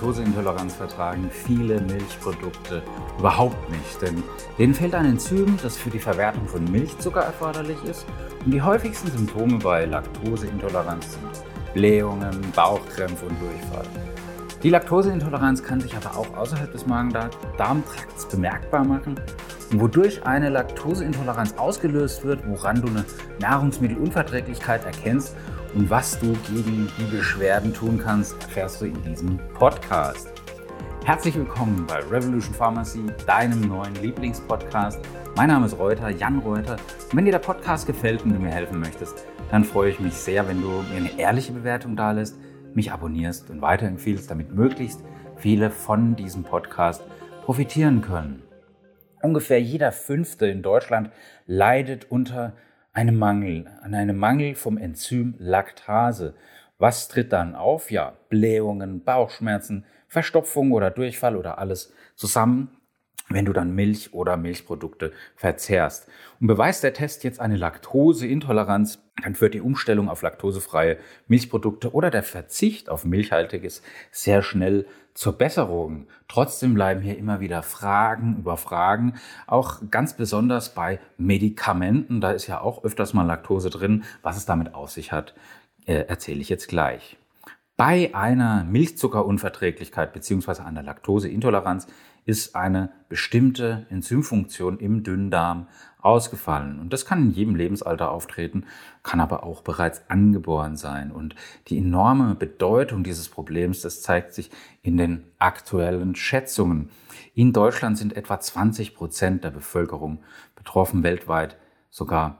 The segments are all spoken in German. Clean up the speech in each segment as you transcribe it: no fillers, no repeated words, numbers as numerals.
Laktoseintoleranz vertragen viele Milchprodukte überhaupt nicht, denn denen fehlt ein Enzym, das für die Verwertung von Milchzucker erforderlich ist. Und die häufigsten Symptome bei Laktoseintoleranz sind Blähungen, Bauchkrämpfe und Durchfall. Die Laktoseintoleranz kann sich aber auch außerhalb des Magen-Darm-Trakts bemerkbar machen, wodurch eine Laktoseintoleranz ausgelöst wird, woran du eine Nahrungsmittelunverträglichkeit erkennst. Und was du gegen die Beschwerden tun kannst, erfährst du in diesem Podcast. Herzlich willkommen bei Revolution Pharmacy, deinem neuen Lieblingspodcast. Mein Name ist Jan Reuter. Und wenn dir der Podcast gefällt und du mir helfen möchtest, dann freue ich mich sehr, wenn du mir eine ehrliche Bewertung dalässt, mich abonnierst und weiterempfiehlst, damit möglichst viele von diesem Podcast profitieren können. Ungefähr jeder Fünfte in Deutschland leidet unter an einem Mangel vom Enzym Laktase. Was tritt dann auf? Ja, Blähungen, Bauchschmerzen, Verstopfung oder Durchfall oder alles zusammen, wenn du dann Milch oder Milchprodukte verzehrst. Und beweist der Test jetzt eine Laktoseintoleranz, dann führt die Umstellung auf laktosefreie Milchprodukte oder der Verzicht auf Milchhaltiges sehr schnell zur Besserung. Trotzdem bleiben hier immer wieder Fragen über Fragen, auch ganz besonders bei Medikamenten. Da ist ja auch öfters mal Laktose drin. Was es damit auf sich hat, erzähle ich jetzt gleich. Bei einer Milchzuckerunverträglichkeit bzw. einer Laktoseintoleranz ist eine bestimmte Enzymfunktion im Dünndarm ausgefallen. Und das kann in jedem Lebensalter auftreten, kann aber auch bereits angeboren sein. Und die enorme Bedeutung dieses Problems, das zeigt sich in den aktuellen Schätzungen. In Deutschland sind etwa 20% der Bevölkerung betroffen, weltweit sogar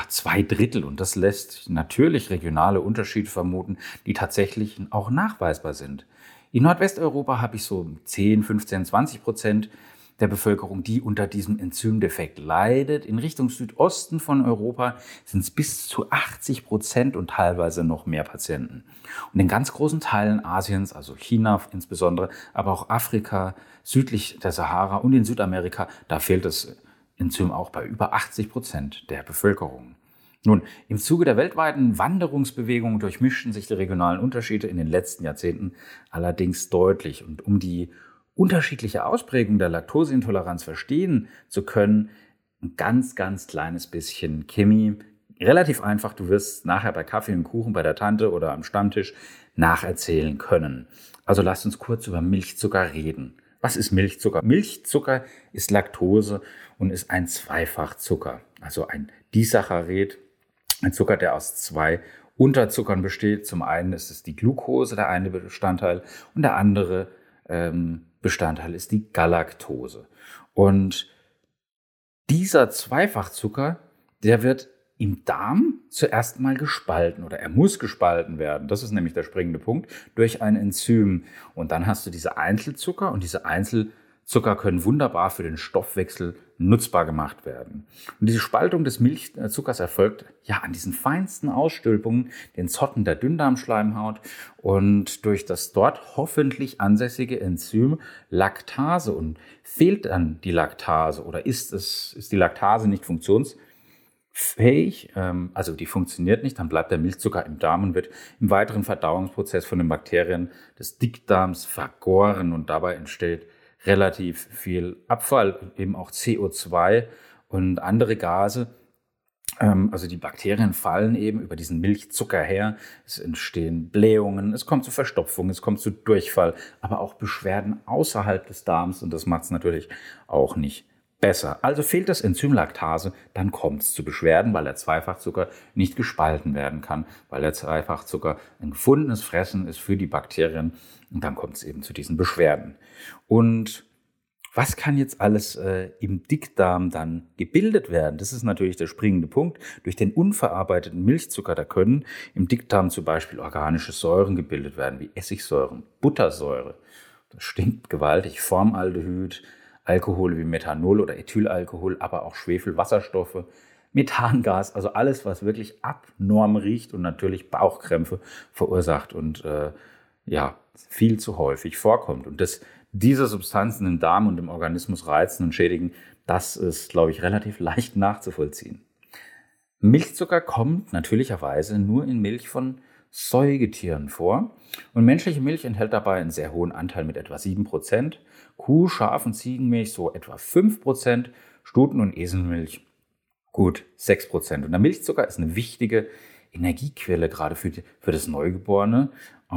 2/3. Und das lässt natürlich regionale Unterschiede vermuten, die tatsächlich auch nachweisbar sind. In Nordwesteuropa habe ich so 10, 15, 20% der Bevölkerung, die unter diesem Enzymdefekt leidet. In Richtung Südosten von Europa sind es bis zu 80% und teilweise noch mehr Patienten. Und in ganz großen Teilen Asiens, also China insbesondere, aber auch Afrika, südlich der Sahara und in Südamerika, da fehlt das Enzym auch bei über 80% der Bevölkerung. Nun, im Zuge der weltweiten Wanderungsbewegung durchmischten sich die regionalen Unterschiede in den letzten Jahrzehnten allerdings deutlich. Und um die unterschiedliche Ausprägung der Laktoseintoleranz verstehen zu können, ein ganz kleines bisschen Chemie. Relativ einfach, du wirst nachher bei Kaffee und Kuchen bei der Tante oder am Stammtisch nacherzählen können. Also lasst uns kurz über Milchzucker reden. Was ist Milchzucker? Milchzucker ist Laktose und ist ein Zweifachzucker, also ein Disaccharid, ein Zucker, der aus zwei Unterzuckern besteht. Zum einen ist es die Glucose, der eine Bestandteil, und der andere Bestandteil ist die Galaktose. Und dieser Zweifachzucker, der wird im Darm zuerst mal gespalten oder er muss gespalten werden. Das ist nämlich der springende Punkt, durch ein Enzym. Und dann hast du diese Einzelzucker und diese Einzelzucker können wunderbar für den Stoffwechsel nutzbar gemacht werden. Und diese Spaltung des Milchzuckers erfolgt an diesen feinsten Ausstülpungen, den Zotten der Dünndarmschleimhaut und durch das dort hoffentlich ansässige Enzym Laktase. Und fehlt dann die Laktase oder ist die Laktase nicht funktionsfähig, also die funktioniert nicht, dann bleibt der Milchzucker im Darm und wird im weiteren Verdauungsprozess von den Bakterien des Dickdarms vergoren und dabei entsteht relativ viel Abfall, eben auch CO2 und andere Gase. Also die Bakterien fallen eben über diesen Milchzucker her. Es entstehen Blähungen, es kommt zu Verstopfung, es kommt zu Durchfall, aber auch Beschwerden außerhalb des Darms und das macht es natürlich auch nicht besser. Also fehlt das Enzym Laktase, dann kommt es zu Beschwerden, weil der Zweifachzucker nicht gespalten werden kann, weil der Zweifachzucker ein gefundenes Fressen ist für die Bakterien und dann kommt es eben zu diesen Beschwerden. Und was kann jetzt alles im Dickdarm dann gebildet werden? Das ist natürlich der springende Punkt. Durch den unverarbeiteten Milchzucker, da können im Dickdarm zum Beispiel organische Säuren gebildet werden, wie Essigsäuren, Buttersäure. Das stinkt gewaltig, Formaldehyd, Alkohole wie Methanol oder Ethylalkohol, aber auch Schwefelwasserstoffe, Methangas, also alles, was wirklich abnorm riecht und natürlich Bauchkrämpfe verursacht und viel zu häufig vorkommt. Und diese Substanzen im Darm und im Organismus reizen und schädigen, das ist, glaube ich, relativ leicht nachzuvollziehen. Milchzucker kommt natürlicherweise nur in Milch von Säugetieren vor. Und menschliche Milch enthält dabei einen sehr hohen Anteil mit etwa 7%, Kuh-, Schaf- und Ziegenmilch so etwa 5%, Stuten- und Eselmilch gut 6%. Und der Milchzucker ist eine wichtige Energiequelle, gerade für das Neugeborene.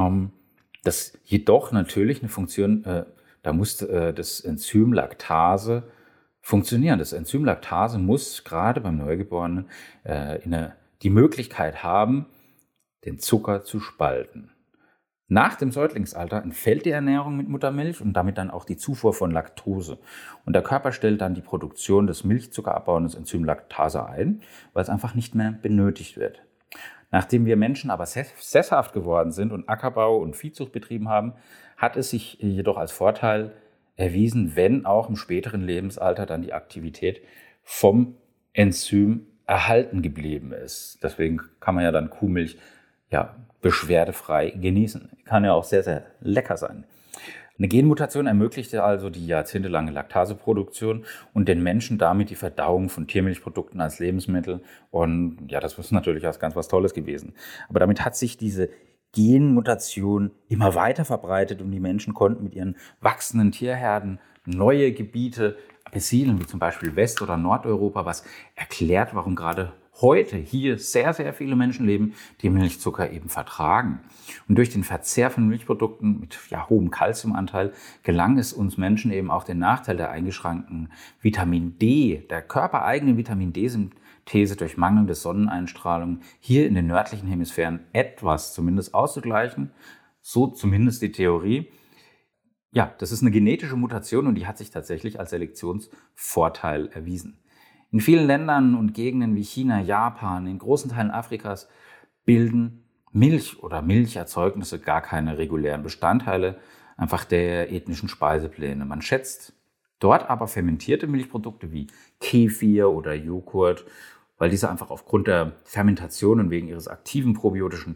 Das jedoch natürlich eine Funktion, da muss das Enzym Laktase funktionieren. Das Enzym Laktase muss gerade beim Neugeborenen die Möglichkeit haben, den Zucker zu spalten. Nach dem Säuglingsalter entfällt die Ernährung mit Muttermilch und damit dann auch die Zufuhr von Laktose. Und der Körper stellt dann die Produktion des milchzuckerabbauenden Enzym Laktase ein, weil es einfach nicht mehr benötigt wird. Nachdem wir Menschen aber sesshaft geworden sind und Ackerbau und Viehzucht betrieben haben, hat es sich jedoch als Vorteil erwiesen, wenn auch im späteren Lebensalter dann die Aktivität vom Enzym erhalten geblieben ist. Deswegen kann man ja dann Kuhmilch beschwerdefrei genießen. Kann ja auch sehr, sehr lecker sein. Eine Genmutation ermöglichte also die jahrzehntelange Laktaseproduktion und den Menschen damit die Verdauung von Tiermilchprodukten als Lebensmittel. Und ja, das ist natürlich auch ganz was Tolles gewesen. Aber damit hat sich diese Genmutation immer weiter verbreitet und die Menschen konnten mit ihren wachsenden Tierherden neue Gebiete besiedeln, wie zum Beispiel West- oder Nordeuropa, was erklärt, warum gerade heute hier sehr, sehr viele Menschen leben, die Milchzucker eben vertragen. Und durch den Verzehr von Milchprodukten mit hohem Kalziumanteil gelang es uns Menschen eben auch den Nachteil der eingeschränkten Vitamin D, der körpereigenen Vitamin D-Synthese durch mangelnde Sonneneinstrahlung hier in den nördlichen Hemisphären etwas zumindest auszugleichen. So zumindest die Theorie. Ja, das ist eine genetische Mutation und die hat sich tatsächlich als Selektionsvorteil erwiesen. In vielen Ländern und Gegenden wie China, Japan, in großen Teilen Afrikas bilden Milch oder Milcherzeugnisse gar keine regulären Bestandteile einfach der ethnischen Speisepläne. Man schätzt dort aber fermentierte Milchprodukte wie Kefir oder Joghurt, weil diese einfach aufgrund der Fermentation und wegen ihres aktiven probiotischen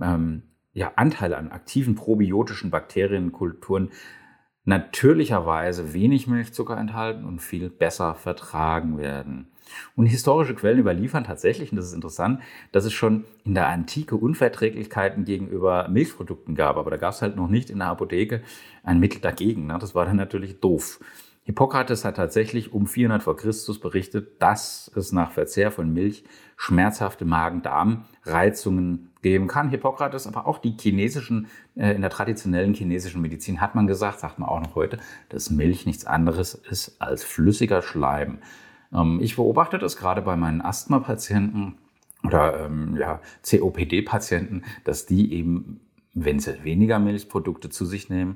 Anteil an aktiven probiotischen Bakterienkulturen natürlicherweise wenig Milchzucker enthalten und viel besser vertragen werden. Und historische Quellen überliefern tatsächlich, und das ist interessant, dass es schon in der Antike Unverträglichkeiten gegenüber Milchprodukten gab. Aber da gab es halt noch nicht in der Apotheke ein Mittel dagegen. Das war dann natürlich doof. Hippokrates hat tatsächlich um 400 vor Christus berichtet, dass es nach Verzehr von Milch schmerzhafte Magen-Darm-Reizungen geben kann. Hippokrates, aber auch die chinesischen, in der traditionellen chinesischen Medizin hat man gesagt, sagt man auch noch heute, dass Milch nichts anderes ist als flüssiger Schleim. Ich beobachte das gerade bei meinen Asthma-Patienten oder COPD-Patienten, dass die eben, wenn sie weniger Milchprodukte zu sich nehmen,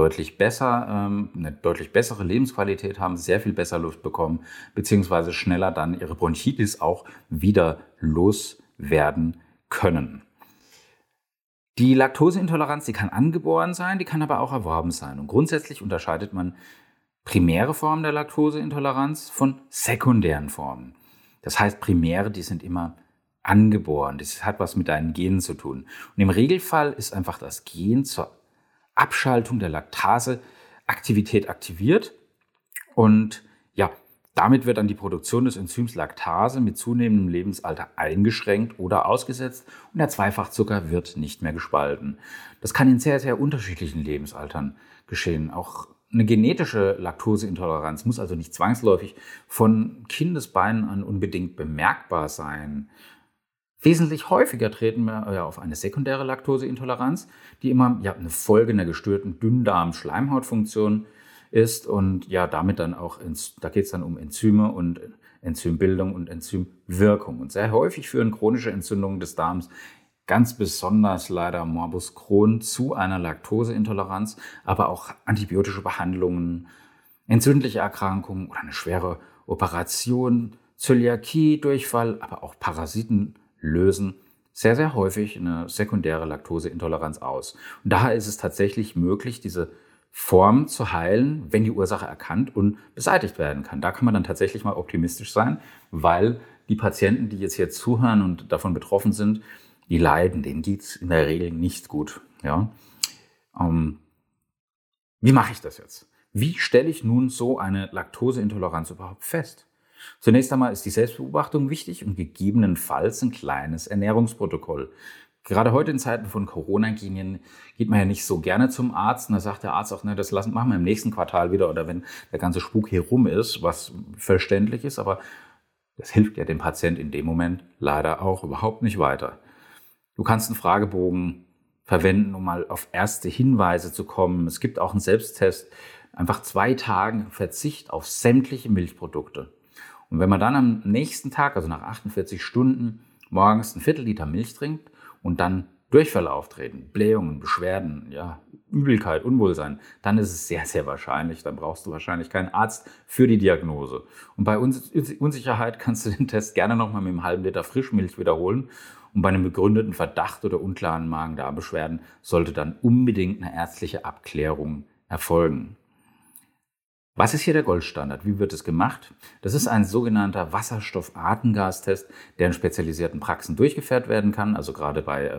eine deutlich bessere Lebensqualität haben, sehr viel besser Luft bekommen, beziehungsweise schneller dann ihre Bronchitis auch wieder loswerden können. Die Laktoseintoleranz, die kann angeboren sein, die kann aber auch erworben sein. Und grundsätzlich unterscheidet man primäre Formen der Laktoseintoleranz von sekundären Formen. Das heißt, primäre, die sind immer angeboren. Das hat was mit deinen Genen zu tun. Und im Regelfall ist einfach das Gen zur Abschaltung der Laktaseaktivität aktiviert. Und damit wird dann die Produktion des Enzyms Laktase mit zunehmendem Lebensalter eingeschränkt oder ausgesetzt und der Zweifachzucker wird nicht mehr gespalten. Das kann in sehr, sehr unterschiedlichen Lebensaltern geschehen. Auch eine genetische Laktoseintoleranz muss also nicht zwangsläufig von Kindesbeinen an unbedingt bemerkbar sein. Wesentlich häufiger treten wir auf eine sekundäre Laktoseintoleranz, die immer eine Folge einer gestörten Dünndarm-Schleimhautfunktion ist und damit dann auch, da geht es dann um Enzyme und Enzymbildung und Enzymwirkung. Und sehr häufig führen chronische Entzündungen des Darms, ganz besonders leider Morbus Crohn, zu einer Laktoseintoleranz, aber auch antibiotische Behandlungen, entzündliche Erkrankungen oder eine schwere Operation, Zöliakie, Durchfall, aber auch Parasiten lösen sehr, sehr häufig eine sekundäre Laktoseintoleranz aus. Und daher ist es tatsächlich möglich, diese Form zu heilen, wenn die Ursache erkannt und beseitigt werden kann. Da kann man dann tatsächlich mal optimistisch sein, weil die Patienten, die jetzt hier zuhören und davon betroffen sind, die leiden, denen geht es in der Regel nicht gut. Ja? Wie mache ich das jetzt? Wie stelle ich nun so eine Laktoseintoleranz überhaupt fest? Zunächst einmal ist die Selbstbeobachtung wichtig und gegebenenfalls ein kleines Ernährungsprotokoll. Gerade heute in Zeiten von Corona geht man ja nicht so gerne zum Arzt. Und da sagt der Arzt auch, ne, machen wir im nächsten Quartal wieder oder wenn der ganze Spuk hier rum ist, was verständlich ist. Aber das hilft ja dem Patient in dem Moment leider auch überhaupt nicht weiter. Du kannst einen Fragebogen verwenden, um mal auf erste Hinweise zu kommen. Es gibt auch einen Selbsttest, einfach 2 Tagen Verzicht auf sämtliche Milchprodukte. Und wenn man dann am nächsten Tag, also nach 48 Stunden, morgens ein Viertel-Liter Milch trinkt und dann Durchfälle auftreten, Blähungen, Beschwerden, ja, Übelkeit, Unwohlsein, dann ist es sehr, sehr wahrscheinlich, dann brauchst du wahrscheinlich keinen Arzt für die Diagnose. Und bei Unsicherheit kannst du den Test gerne nochmal mit einem halben Liter Frischmilch wiederholen. Und bei einem begründeten Verdacht oder unklaren Magen-Darm-Beschwerden sollte dann unbedingt eine ärztliche Abklärung erfolgen. Was ist hier der Goldstandard? Wie wird es gemacht? Das ist ein sogenannter Wasserstoff-Atemgastest, der in spezialisierten Praxen durchgeführt werden kann, also gerade bei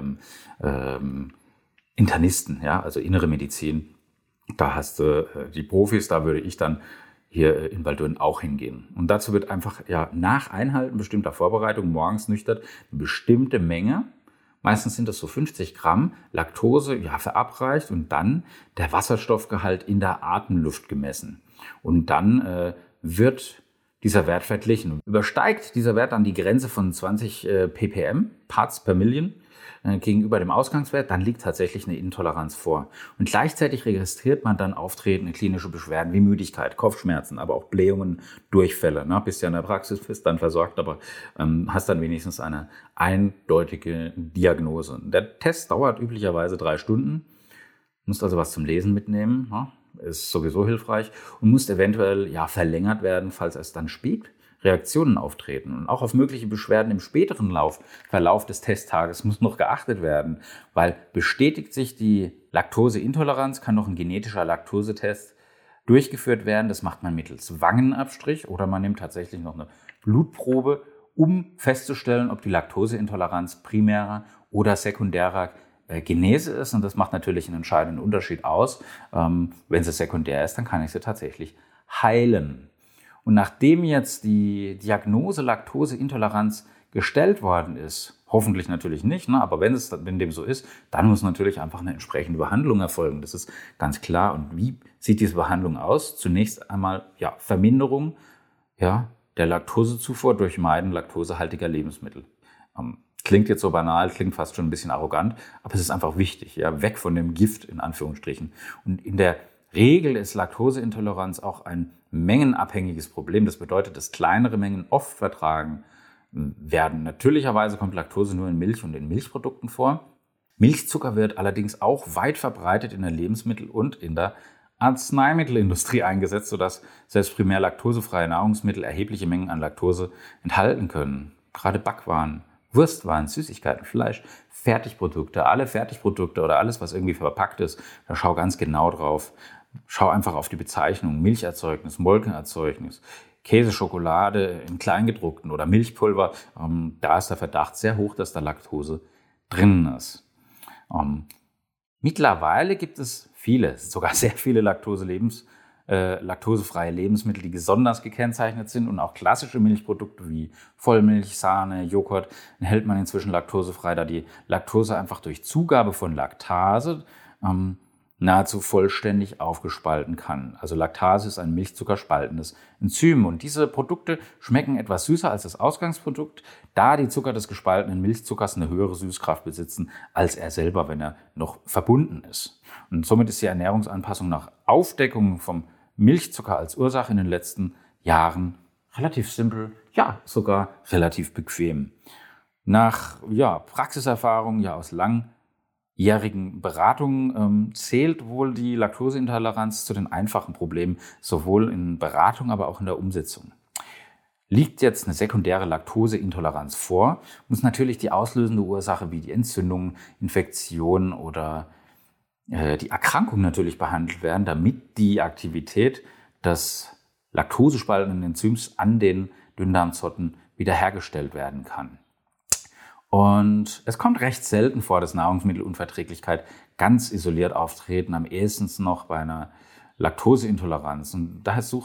Internisten, ja, also innere Medizin. Da hast du die Profis, da würde ich dann hier in Waldürn auch hingehen. Und dazu wird einfach nach Einhalten bestimmter Vorbereitungen morgens nüchtern eine bestimmte Menge, meistens sind das so 50 Gramm Laktose, verabreicht und dann der Wasserstoffgehalt in der Atemluft gemessen. Und dann wird dieser Wert verglichen. Übersteigt dieser Wert dann die Grenze von 20 ppm, Parts per Million, gegenüber dem Ausgangswert, dann liegt tatsächlich eine Intoleranz vor. Und gleichzeitig registriert man dann auftretende klinische Beschwerden wie Müdigkeit, Kopfschmerzen, aber auch Blähungen, Durchfälle. Bist ja in der Praxis, bist dann versorgt, aber hast dann wenigstens eine eindeutige Diagnose. Der Test dauert üblicherweise 3 Stunden. Musst also was zum Lesen mitnehmen, ist sowieso hilfreich und muss eventuell verlängert werden, falls es dann Reaktionen auftreten. Und auch auf mögliche Beschwerden im späteren Verlauf des Testtages muss noch geachtet werden, weil bestätigt sich die Laktoseintoleranz, kann noch ein genetischer Laktosetest durchgeführt werden. Das macht man mittels Wangenabstrich oder man nimmt tatsächlich noch eine Blutprobe, um festzustellen, ob die Laktoseintoleranz primärer oder sekundärer Genese ist. Und das macht natürlich einen entscheidenden Unterschied aus. Wenn sie sekundär ist, dann kann ich sie tatsächlich heilen. Und nachdem jetzt die Diagnose Laktoseintoleranz gestellt worden ist, hoffentlich natürlich nicht, aber wenn dem so ist, dann muss natürlich einfach eine entsprechende Behandlung erfolgen. Das ist ganz klar. Und wie sieht diese Behandlung aus? Zunächst einmal Verminderung der Laktosezufuhr durch Meiden laktosehaltiger Lebensmittel. Klingt jetzt so banal, klingt fast schon ein bisschen arrogant, aber es ist einfach wichtig, weg von dem Gift in Anführungsstrichen. Und in der Regel ist Laktoseintoleranz auch ein mengenabhängiges Problem. Das bedeutet, dass kleinere Mengen oft vertragen werden. Natürlicherweise kommt Laktose nur in Milch und in Milchprodukten vor. Milchzucker wird allerdings auch weit verbreitet in der Lebensmittel- und in der Arzneimittelindustrie eingesetzt, sodass selbst primär laktosefreie Nahrungsmittel erhebliche Mengen an Laktose enthalten können. Gerade Backwaren, Wurstwaren, Süßigkeiten, Fleisch, Fertigprodukte, alle Fertigprodukte oder alles, was irgendwie verpackt ist, da schau ganz genau drauf. Schau einfach auf die Bezeichnung Milcherzeugnis, Molkenerzeugnis, Käse, Schokolade im Kleingedruckten oder Milchpulver. Da ist der Verdacht sehr hoch, dass da Laktose drin ist. Mittlerweile gibt es sogar sehr viele laktosefreie Lebensmittel, die besonders gekennzeichnet sind und auch klassische Milchprodukte wie Vollmilch, Sahne, Joghurt enthält man inzwischen laktosefrei, da die Laktose einfach durch Zugabe von Laktase nahezu vollständig aufgespalten kann. Also Laktase ist ein milchzuckerspaltendes Enzym und diese Produkte schmecken etwas süßer als das Ausgangsprodukt, da die Zucker des gespaltenen Milchzuckers eine höhere Süßkraft besitzen als er selber, wenn er noch verbunden ist. Und somit ist die Ernährungsanpassung nach Aufdeckung vom Milchzucker als Ursache in den letzten Jahren relativ simpel, sogar relativ bequem. Nach Praxiserfahrung aus langjährigen Beratungen zählt wohl die Laktoseintoleranz zu den einfachen Problemen, sowohl in Beratung, aber auch in der Umsetzung. Liegt jetzt eine sekundäre Laktoseintoleranz vor, muss natürlich die auslösende Ursache wie die Entzündung, Infektion oder die Erkrankung natürlich behandelt werden, damit die Aktivität des laktosespaltenden Enzyms an den Dünndarmzotten wiederhergestellt werden kann. Und es kommt recht selten vor, dass Nahrungsmittelunverträglichkeit ganz isoliert auftreten, am ehesten noch bei einer Laktoseintoleranz. Und daher suche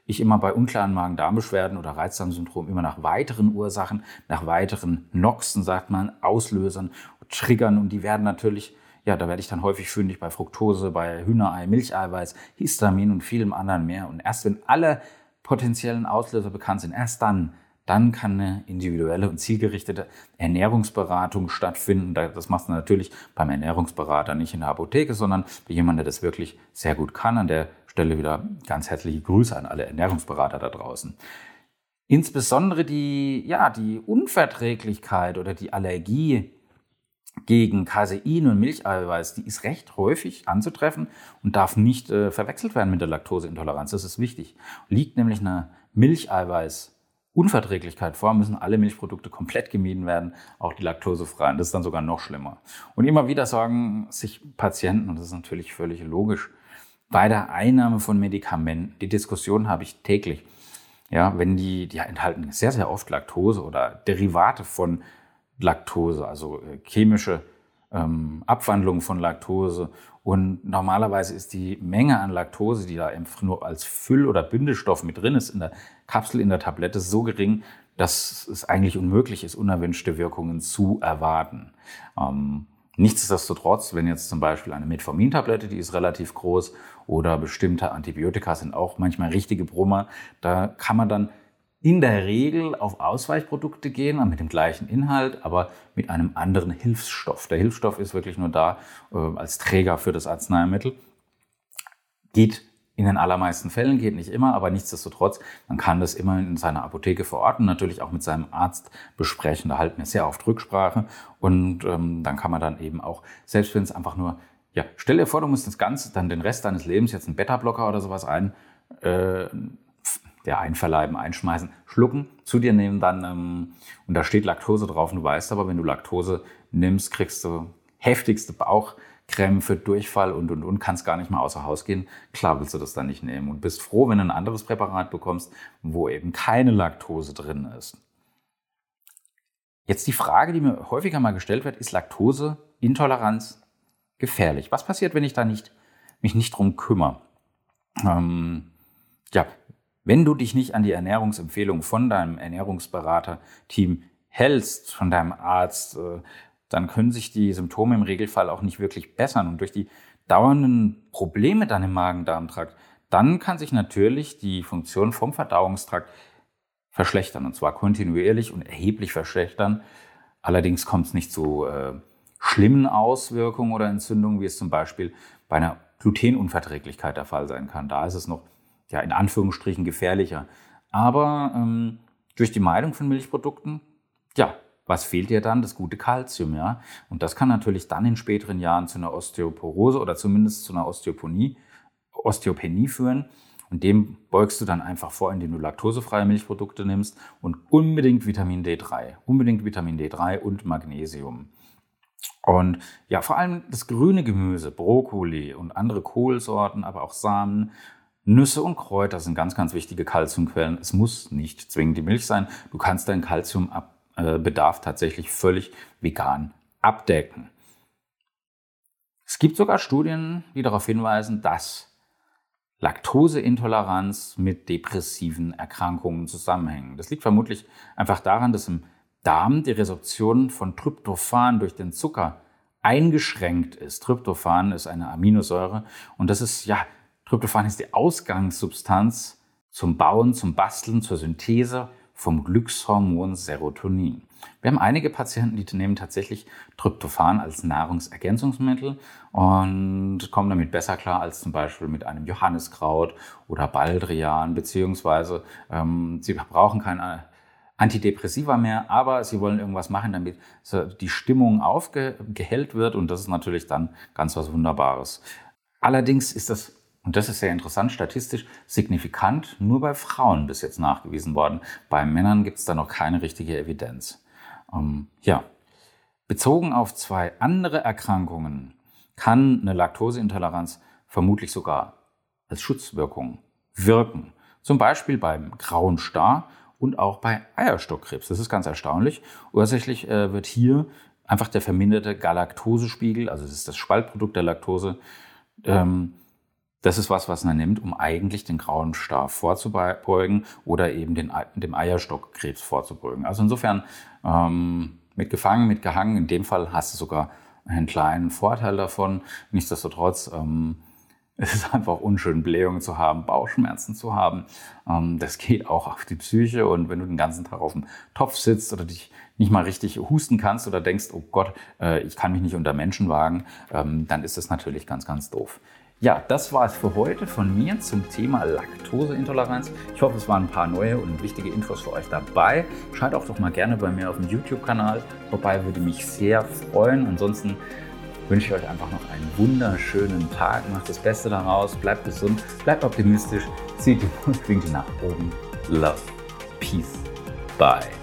ich immer bei unklaren Magen-Darm-Beschwerden oder Reizdarmsyndrom immer nach weiteren Ursachen, nach weiteren Noxen, sagt man, Auslösern, Triggern. Und die werden natürlich, ja, da werde ich dann häufig fündig bei Fructose, bei Hühnerei, Milcheiweiß, Histamin und vielem anderen mehr. Und erst wenn alle potenziellen Auslöser bekannt sind, erst dann kann eine individuelle und zielgerichtete Ernährungsberatung stattfinden. Das machst du natürlich beim Ernährungsberater nicht in der Apotheke, sondern bei jemandem, der das wirklich sehr gut kann. An der Stelle wieder ganz herzliche Grüße an alle Ernährungsberater da draußen. Insbesondere die Unverträglichkeit oder die Allergie gegen Casein und Milcheiweiß, die ist recht häufig anzutreffen und darf nicht verwechselt werden mit der Laktoseintoleranz. Das ist wichtig. Liegt nämlich eine Milcheiweiß-Unverträglichkeit vor, müssen alle Milchprodukte komplett gemieden werden, auch die laktosefreien. Das ist dann sogar noch schlimmer. Und immer wieder sagen sich Patienten, und das ist natürlich völlig logisch, bei der Einnahme von Medikamenten, die Diskussion habe ich täglich, ja, wenn die enthalten sehr, sehr oft Laktose oder Derivate von Laktose, also chemische Abwandlung von Laktose. Und normalerweise ist die Menge an Laktose, die da nur als Füll- oder Bindestoff mit drin ist in der Kapsel, in der Tablette, so gering, dass es eigentlich unmöglich ist, unerwünschte Wirkungen zu erwarten. Nichtsdestotrotz, wenn jetzt zum Beispiel eine Metformin-Tablette, die ist relativ groß, oder bestimmte Antibiotika sind auch manchmal richtige Brummer, da kann man dann in der Regel auf Ausweichprodukte gehen, mit dem gleichen Inhalt, aber mit einem anderen Hilfsstoff. Der Hilfsstoff ist wirklich nur da als Träger für das Arzneimittel. Geht in den allermeisten Fällen, geht nicht immer, aber nichtsdestotrotz, man kann das immer in seiner Apotheke verorten, natürlich auch mit seinem Arzt besprechen. Da halten wir sehr oft Rücksprache und dann kann man dann eben auch, selbst wenn es einfach nur, ja, stell dir vor, du musst dann den Rest deines Lebens jetzt einen Beta-Blocker oder sowas einverleiben, einschmeißen, schlucken, zu dir nehmen dann, und da steht Laktose drauf und du weißt aber, wenn du Laktose nimmst, kriegst du heftigste Bauchkrämpfe, Durchfall und kannst gar nicht mehr außer Haus gehen. Klar willst du das dann nicht nehmen und bist froh, wenn du ein anderes Präparat bekommst, wo eben keine Laktose drin ist. Jetzt die Frage, die mir häufiger mal gestellt wird, ist Laktoseintoleranz gefährlich? Was passiert, wenn ich da mich nicht drum kümmere? Wenn du dich nicht an die Ernährungsempfehlung von deinem Ernährungsberater-Team hältst, von deinem Arzt, dann können sich die Symptome im Regelfall auch nicht wirklich bessern. Und durch die dauernden Probleme dann im Magen-Darm-Trakt, dann kann sich natürlich die Funktion vom Verdauungstrakt verschlechtern. Und zwar kontinuierlich und erheblich verschlechtern. Allerdings kommt es nicht zu schlimmen Auswirkungen oder Entzündungen, wie es zum Beispiel bei einer Glutenunverträglichkeit der Fall sein kann. Da ist es noch in Anführungsstrichen gefährlicher. Aber durch die Meidung von Milchprodukten, was fehlt dir dann? Das gute Kalzium, ja. Und das kann natürlich dann in späteren Jahren zu einer Osteoporose oder zumindest zu einer Osteopenie führen. Und dem beugst du dann einfach vor, indem du laktosefreie Milchprodukte nimmst und unbedingt Vitamin D3 und Magnesium. Und vor allem das grüne Gemüse, Brokkoli und andere Kohlsorten, aber auch Samen, Nüsse und Kräuter sind ganz, ganz wichtige Kalziumquellen. Es muss nicht zwingend die Milch sein. Du kannst deinen Kalziumbedarf tatsächlich völlig vegan abdecken. Es gibt sogar Studien, die darauf hinweisen, dass Laktoseintoleranz mit depressiven Erkrankungen zusammenhängt. Das liegt vermutlich einfach daran, dass im Darm die Resorption von Tryptophan durch den Zucker eingeschränkt ist. Tryptophan ist eine Aminosäure und Tryptophan ist die Ausgangssubstanz zum Bauen, zum Basteln, zur Synthese vom Glückshormon Serotonin. Wir haben einige Patienten, die nehmen tatsächlich Tryptophan als Nahrungsergänzungsmittel und kommen damit besser klar als zum Beispiel mit einem Johanniskraut oder Baldrian, beziehungsweise sie brauchen keine Antidepressiva mehr, aber sie wollen irgendwas machen, damit die Stimmung aufgehellt wird und das ist natürlich dann ganz was Wunderbares. Allerdings ist das, und das ist sehr interessant, statistisch signifikant nur bei Frauen bis jetzt nachgewiesen worden. Bei Männern gibt es da noch keine richtige Evidenz. Bezogen auf 2 andere Erkrankungen kann eine Laktoseintoleranz vermutlich sogar als Schutzwirkung wirken. Zum Beispiel beim grauen Star und auch bei Eierstockkrebs. Das ist ganz erstaunlich. Ursächlich wird hier einfach der verminderte Galaktosespiegel, also das ist das Spaltprodukt der Laktose, Das ist was man nimmt, um eigentlich den grauen Star vorzubeugen oder eben dem Eierstockkrebs vorzubeugen. Also insofern mit gefangen, mit gehangen, in dem Fall hast du sogar einen kleinen Vorteil davon. Nichtsdestotrotz, es ist einfach unschön, Blähungen zu haben, Bauchschmerzen zu haben. Das geht auch auf die Psyche, und wenn du den ganzen Tag auf dem Topf sitzt oder dich nicht mal richtig husten kannst oder denkst, oh Gott, ich kann mich nicht unter Menschen wagen, dann ist das natürlich ganz, ganz doof. Ja, das war es für heute von mir zum Thema Laktoseintoleranz. Ich hoffe, es waren ein paar neue und wichtige Infos für euch dabei. Schaut auch doch mal gerne bei mir auf dem YouTube-Kanal vorbei, würde mich sehr freuen. Ansonsten wünsche ich euch einfach noch einen wunderschönen Tag. Macht das Beste daraus, bleibt gesund, bleibt optimistisch, zieht die Mundwinkel nach oben. Love, Peace, Bye.